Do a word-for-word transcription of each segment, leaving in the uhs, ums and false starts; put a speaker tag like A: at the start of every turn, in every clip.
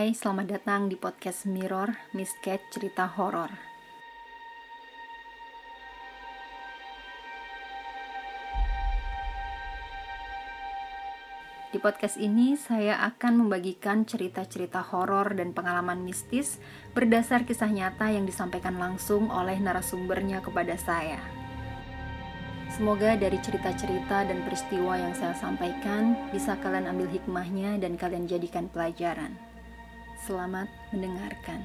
A: Hai, selamat datang di podcast Mirror, Miss Cat Cerita Horor. Di podcast ini saya akan membagikan cerita-cerita horor dan pengalaman mistis berdasar kisah nyata yang disampaikan langsung oleh narasumbernya kepada saya. Semoga dari cerita-cerita dan peristiwa yang saya sampaikan bisa kalian ambil hikmahnya dan kalian jadikan pelajaran. Selamat mendengarkan.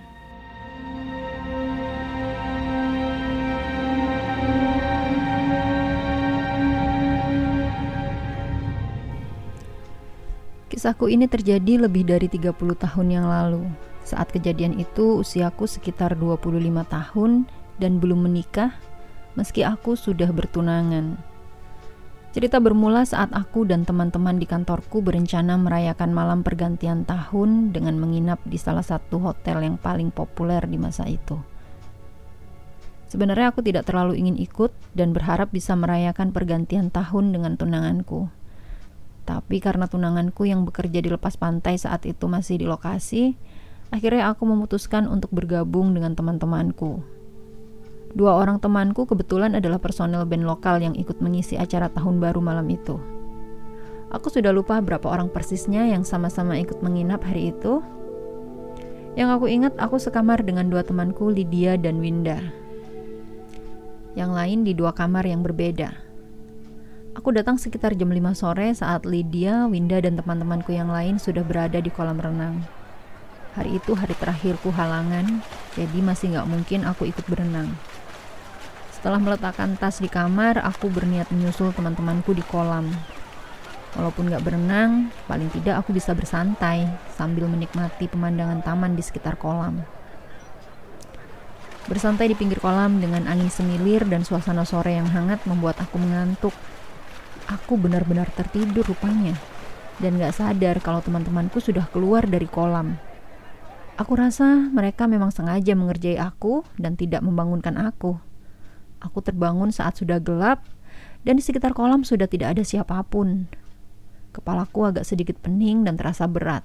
A: Kisahku ini terjadi lebih dari tiga puluh tahun yang lalu. Saat kejadian itu usiaku sekitar dua puluh lima tahun dan belum menikah, meski aku sudah bertunangan. Cerita bermula saat aku dan teman-teman di kantorku berencana merayakan malam pergantian tahun dengan menginap di salah satu hotel yang paling populer di masa itu. Sebenarnya aku tidak terlalu ingin ikut dan berharap bisa merayakan pergantian tahun dengan tunanganku. Tapi karena tunanganku yang bekerja di lepas pantai saat itu masih di lokasi, akhirnya aku memutuskan untuk bergabung dengan teman-temanku. Dua orang temanku kebetulan adalah personel band lokal yang ikut mengisi acara tahun baru malam itu. Aku sudah lupa berapa orang persisnya yang sama-sama ikut menginap hari itu. Yang aku ingat, aku sekamar dengan dua temanku, Lydia dan Winda. Yang lain di dua kamar yang berbeda. Aku datang sekitar jam lima sore saat Lydia, Winda, dan teman-temanku yang lain sudah berada di kolam renang. Hari itu hari terakhirku halangan, jadi masih gak mungkin aku ikut berenang. Setelah meletakkan tas di kamar, aku berniat menyusul teman-temanku di kolam. Walaupun gak berenang, paling tidak aku bisa bersantai sambil menikmati pemandangan taman di sekitar kolam. Bersantai di pinggir kolam dengan angin semilir dan suasana sore yang hangat membuat aku mengantuk. Aku benar-benar tertidur rupanya, dan gak sadar kalau teman-temanku sudah keluar dari kolam. Aku rasa mereka memang sengaja mengerjai aku dan tidak membangunkan aku. Aku terbangun saat sudah gelap dan di sekitar kolam sudah tidak ada siapapun. Kepalaku agak sedikit pening dan terasa berat.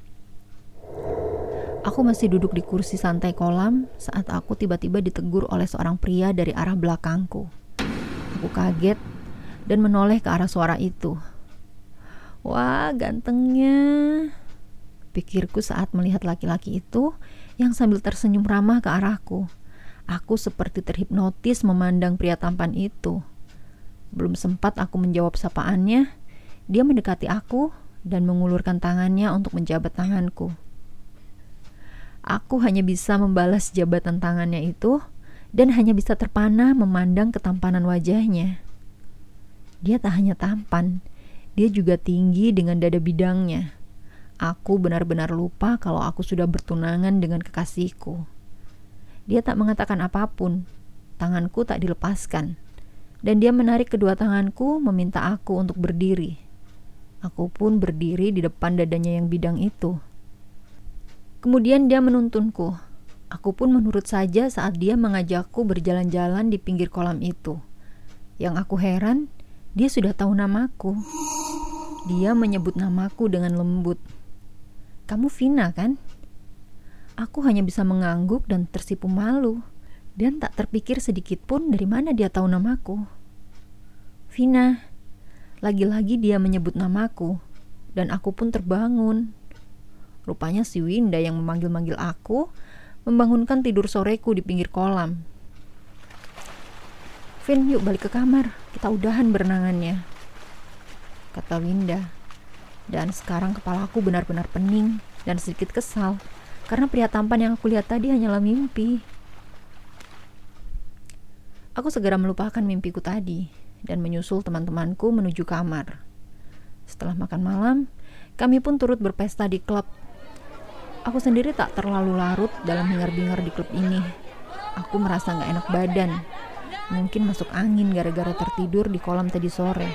A: Aku masih duduk di kursi santai kolam saat aku tiba-tiba ditegur oleh seorang pria dari arah belakangku. Aku kaget dan menoleh ke arah suara itu. Wah, gantengnya, pikirku saat melihat laki-laki itu yang sambil tersenyum ramah ke arahku. Aku seperti terhipnotis memandang pria tampan itu. Belum sempat aku menjawab sapaannya, dia mendekati aku dan mengulurkan tangannya untuk menjabat tanganku. Aku hanya bisa membalas jabatan tangannya itu dan hanya bisa terpana memandang ketampanan wajahnya. Dia tak hanya tampan, dia juga tinggi dengan dada bidangnya. Aku benar-benar lupa kalau aku sudah bertunangan dengan kekasihku. Dia tak mengatakan apapun, tanganku tak dilepaskan, dan dia menarik kedua tanganku meminta aku untuk berdiri. Aku pun berdiri di depan dadanya yang bidang itu. Kemudian dia menuntunku. Aku pun menurut saja saat dia mengajakku berjalan-jalan di pinggir kolam itu. Yang aku heran, dia sudah tahu namaku. Dia menyebut namaku dengan lembut. "Kamu Vina, kan?" Aku hanya bisa mengangguk dan tersipu malu, dan tak terpikir sedikit pun dari mana dia tahu namaku. Vina. Lagi-lagi dia menyebut namaku, dan aku pun terbangun. Rupanya si Winda yang memanggil-manggil aku, membangunkan tidur soreku di pinggir kolam. "Vin, yuk balik ke kamar, kita udahan berenangannya," kata Winda. Dan sekarang kepalaku benar-benar pening dan sedikit kesal, karena pria tampan yang aku lihat tadi hanyalah mimpi. Aku segera melupakan mimpiku tadi dan menyusul teman-temanku menuju kamar. Setelah makan malam, kami pun turut berpesta di klub. Aku sendiri tak terlalu larut dalam hingar-bingar di klub ini. Aku merasa gak enak badan. Mungkin masuk angin gara-gara tertidur di kolam tadi sore.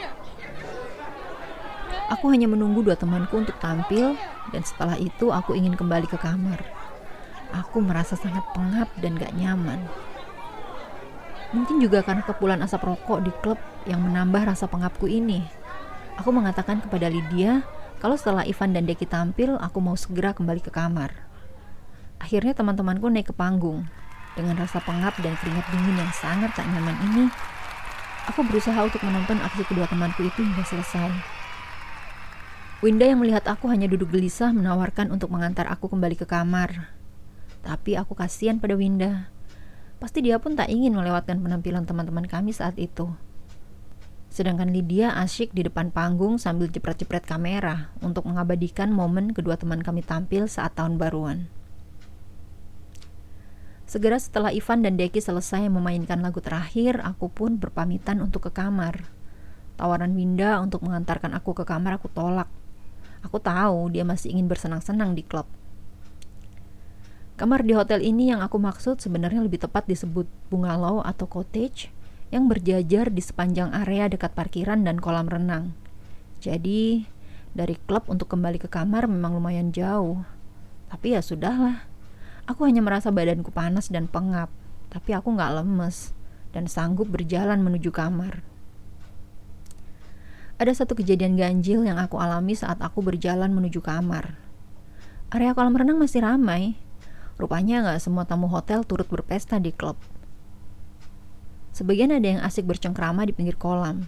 A: Aku hanya menunggu dua temanku untuk tampil, dan setelah itu aku ingin kembali ke kamar. Aku merasa sangat pengap dan gak nyaman. Mungkin juga karena kepulan asap rokok di klub yang menambah rasa pengapku ini. Aku mengatakan kepada Lydia kalau setelah Ivan dan Deki tampil, aku mau segera kembali ke kamar. Akhirnya teman-temanku naik ke panggung. Dengan rasa pengap dan keringat dingin yang sangat tak nyaman ini, aku berusaha untuk menonton aksi kedua temanku itu hingga selesai. Winda yang melihat aku hanya duduk gelisah menawarkan untuk mengantar aku kembali ke kamar. Tapi aku kasihan pada Winda. Pasti dia pun tak ingin melewatkan penampilan teman-teman kami saat itu. Sedangkan Lydia asyik di depan panggung sambil jepret-jepret kamera untuk mengabadikan momen kedua teman kami tampil saat tahun baruan. Segera setelah Ivan dan Deki selesai memainkan lagu terakhir, aku pun berpamitan untuk ke kamar. Tawaran Winda untuk mengantarkan aku ke kamar aku tolak. Aku tahu dia masih ingin bersenang-senang di klub. Kamar di hotel ini yang aku maksud sebenarnya lebih tepat disebut bungalow atau cottage yang berjajar di sepanjang area dekat parkiran dan kolam renang. Jadi, dari klub untuk kembali ke kamar memang lumayan jauh. Tapi ya sudahlah. Aku hanya merasa badanku panas dan pengap, tapi aku gak lemes dan sanggup berjalan menuju kamar. Ada satu kejadian ganjil yang aku alami saat aku berjalan menuju kamar. Area kolam renang masih ramai. Rupanya gak semua tamu hotel turut berpesta di klub. Sebagian ada yang asik bercengkrama di pinggir kolam.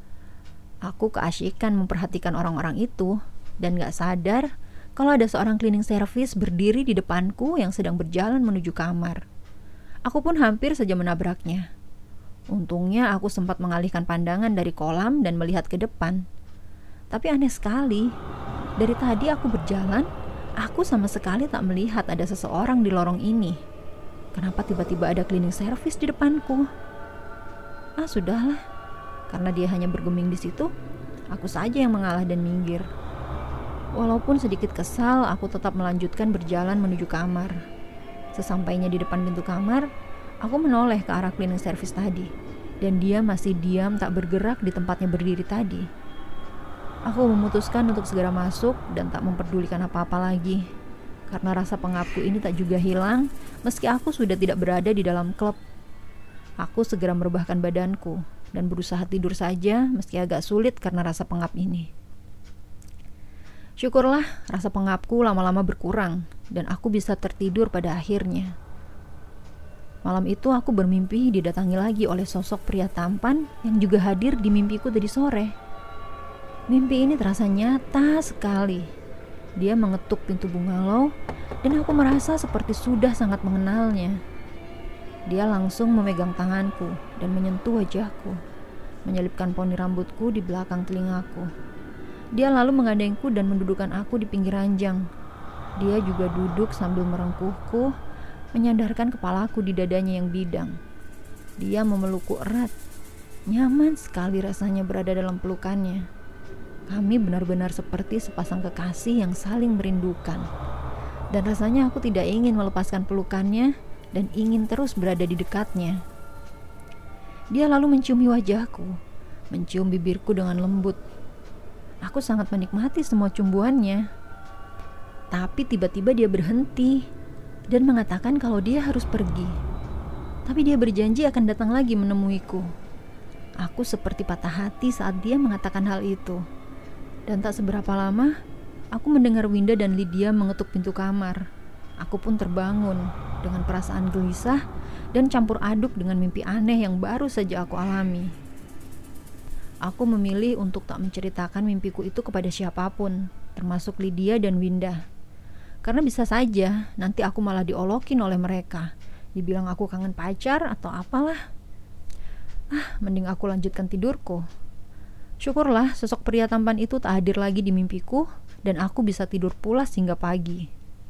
A: Aku keasyikan memperhatikan orang-orang itu dan gak sadar kalau ada seorang cleaning service berdiri di depanku yang sedang berjalan menuju kamar. Aku pun hampir saja menabraknya. Untungnya aku sempat mengalihkan pandangan dari kolam dan melihat ke depan. Tapi aneh sekali, dari tadi aku berjalan, aku sama sekali tak melihat ada seseorang di lorong ini. Kenapa tiba-tiba ada cleaning service di depanku? Ah, sudahlah. Karena dia hanya bergeming di situ, aku saja yang mengalah dan minggir. Walaupun sedikit kesal, aku tetap melanjutkan berjalan menuju kamar. Sesampainya di depan pintu kamar, aku menoleh ke arah cleaning service tadi, dan dia masih diam tak bergerak di tempatnya berdiri tadi. Aku memutuskan untuk segera masuk dan tak memperdulikan apa-apa lagi, karena rasa pengapku ini tak juga hilang meski aku sudah tidak berada di dalam klub. Aku segera merebahkan badanku dan berusaha tidur saja meski agak sulit karena rasa pengap ini. Syukurlah rasa pengapku lama-lama berkurang dan aku bisa tertidur pada akhirnya. Malam itu aku bermimpi didatangi lagi oleh sosok pria tampan yang juga hadir di mimpiku tadi sore. Mimpi ini terasa nyata sekali. Dia mengetuk pintu bungalow dan aku merasa seperti sudah sangat mengenalnya. Dia langsung memegang tanganku dan menyentuh wajahku, menyelipkan poni rambutku di belakang telingaku. Dia lalu menggandengku dan mendudukkan aku di pinggir ranjang. Dia juga duduk sambil merengkuhku, menyandarkan kepalaku di dadanya yang bidang. Dia memelukku erat. Nyaman sekali rasanya berada dalam pelukannya. Kami benar-benar seperti sepasang kekasih yang saling merindukan. Dan rasanya aku tidak ingin melepaskan pelukannya dan ingin terus berada di dekatnya. Dia lalu menciumi wajahku, mencium bibirku dengan lembut. Aku sangat menikmati semua cumbuannya. Tapi tiba-tiba dia berhenti dan mengatakan kalau dia harus pergi. Tapi dia berjanji akan datang lagi menemuiku. Aku seperti patah hati saat dia mengatakan hal itu. Dan tak seberapa lama, aku mendengar Winda dan Lydia mengetuk pintu kamar. Aku pun terbangun dengan perasaan gelisah dan campur aduk dengan mimpi aneh yang baru saja aku alami. Aku memilih untuk tak menceritakan mimpiku itu kepada siapapun, termasuk Lydia dan Winda. Karena bisa saja nanti aku malah diolokin oleh mereka, dibilang aku kangen pacar atau apalah. Ah, mending aku lanjutkan tidurku. Syukurlah sosok pria tampan itu tak hadir lagi di mimpiku dan aku bisa tidur pulas hingga pagi.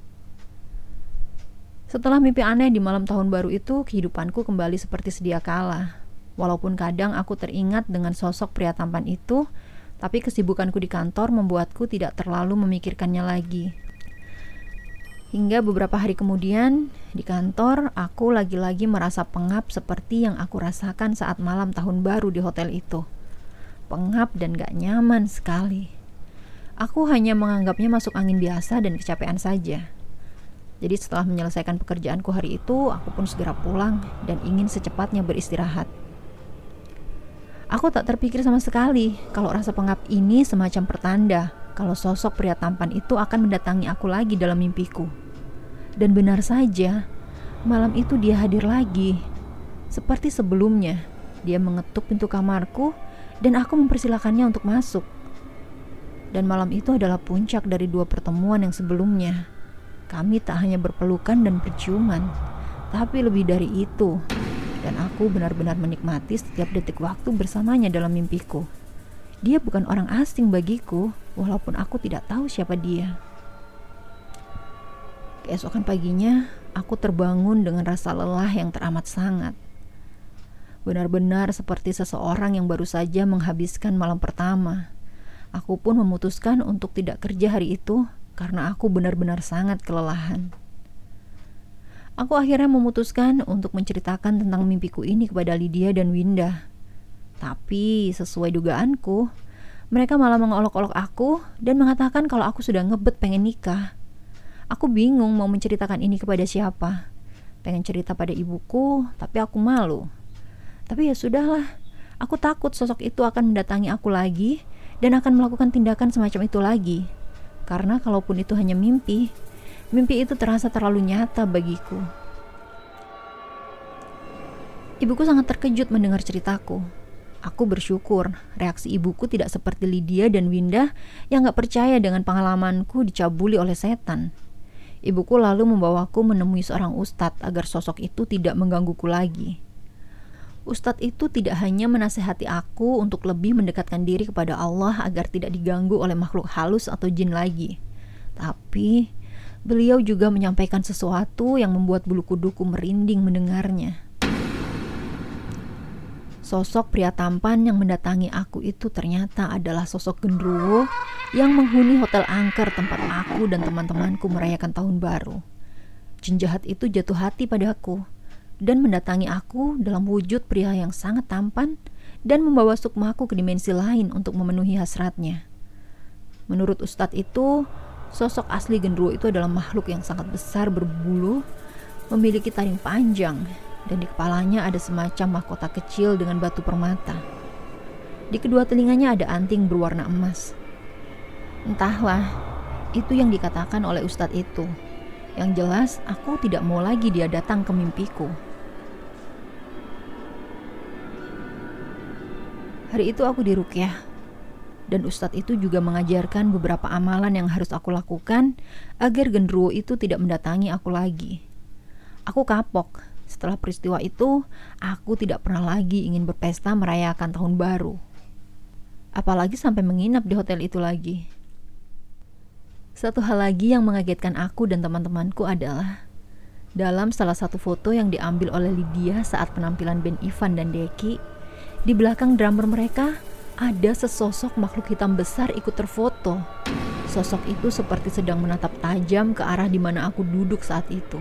A: Setelah mimpi aneh di malam tahun baru itu, kehidupanku kembali seperti sedia kala. Walaupun kadang aku teringat dengan sosok pria tampan itu, tapi kesibukanku di kantor membuatku tidak terlalu memikirkannya lagi. Hingga beberapa hari kemudian, di kantor, aku lagi-lagi merasa pengap seperti yang aku rasakan saat malam tahun baru di hotel itu. Pengap dan gak nyaman sekali. Aku hanya menganggapnya masuk angin biasa dan kecapean saja. Jadi setelah menyelesaikan pekerjaanku hari itu, aku pun segera pulang dan ingin secepatnya beristirahat. Aku tak terpikir sama sekali kalau rasa pengap ini semacam pertanda kalau sosok pria tampan itu akan mendatangi aku lagi dalam mimpiku. Dan benar saja, malam itu dia hadir lagi. Seperti sebelumnya, dia mengetuk pintu kamarku dan aku mempersilakannya untuk masuk. Dan malam itu adalah puncak dari dua pertemuan yang sebelumnya. Kami tak hanya berpelukan dan berciuman, tapi lebih dari itu. Dan aku benar-benar menikmati setiap detik waktu bersamanya dalam mimpiku. Dia bukan orang asing bagiku, walaupun aku tidak tahu siapa dia. Keesokan paginya, aku terbangun dengan rasa lelah yang teramat sangat. Benar-benar seperti seseorang yang baru saja menghabiskan malam pertama. Aku pun memutuskan untuk tidak kerja hari itu karena aku benar-benar sangat kelelahan. Aku akhirnya memutuskan untuk menceritakan tentang mimpiku ini kepada Lydia dan Winda. Tapi sesuai dugaanku, mereka malah mengolok-olok aku dan mengatakan kalau aku sudah ngebet pengen nikah. Aku bingung mau menceritakan ini kepada siapa. Pengen cerita pada ibuku, tapi aku malu. Tapi ya sudahlah, aku takut sosok itu akan mendatangi aku lagi dan akan melakukan tindakan semacam itu lagi. Karena kalaupun itu hanya mimpi, mimpi itu terasa terlalu nyata bagiku. Ibuku sangat terkejut mendengar ceritaku. Aku bersyukur reaksi ibuku tidak seperti Lydia dan Winda yang gak percaya dengan pengalamanku dicabuli oleh setan. Ibuku lalu membawaku menemui seorang ustadz agar sosok itu tidak menggangguku lagi. Ustadz itu tidak hanya menasihati aku untuk lebih mendekatkan diri kepada Allah agar tidak diganggu oleh makhluk halus atau jin lagi, tapi beliau juga menyampaikan sesuatu yang membuat bulu kuduku merinding mendengarnya. Sosok pria tampan yang mendatangi aku itu ternyata adalah sosok genderuwo yang menghuni hotel angker tempat aku dan teman-temanku merayakan tahun baru. Jin jahat itu jatuh hati padaku dan mendatangi aku dalam wujud pria yang sangat tampan dan membawa sukmaku ke dimensi lain untuk memenuhi hasratnya. Menurut ustadz itu, sosok asli genderuwo itu adalah makhluk yang sangat besar berbulu, memiliki taring panjang, dan di kepalanya ada semacam mahkota kecil dengan batu permata. Di kedua telinganya ada anting berwarna emas. Entahlah, itu yang dikatakan oleh ustadz itu. Yang jelas, aku tidak mau lagi dia datang ke mimpiku. Hari itu aku diruqyah, dan ustadz itu juga mengajarkan beberapa amalan yang harus aku lakukan agar genderuwo itu tidak mendatangi aku lagi. Aku kapok. Setelah peristiwa itu, aku tidak pernah lagi ingin berpesta merayakan tahun baru. Apalagi sampai menginap di hotel itu lagi. Satu hal lagi yang mengagetkan aku dan teman-temanku adalah dalam salah satu foto yang diambil oleh Lydia saat penampilan band Ivan dan Deki, di belakang drummer mereka ada sesosok makhluk hitam besar ikut terfoto. Sosok itu seperti sedang menatap tajam ke arah di mana aku duduk saat itu.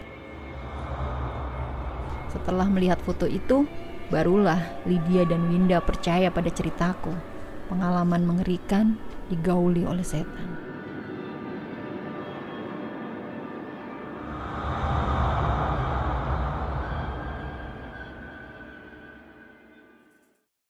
A: Setelah melihat foto itu, barulah Lydia dan Winda percaya pada ceritaku. Pengalaman mengerikan digauli oleh setan.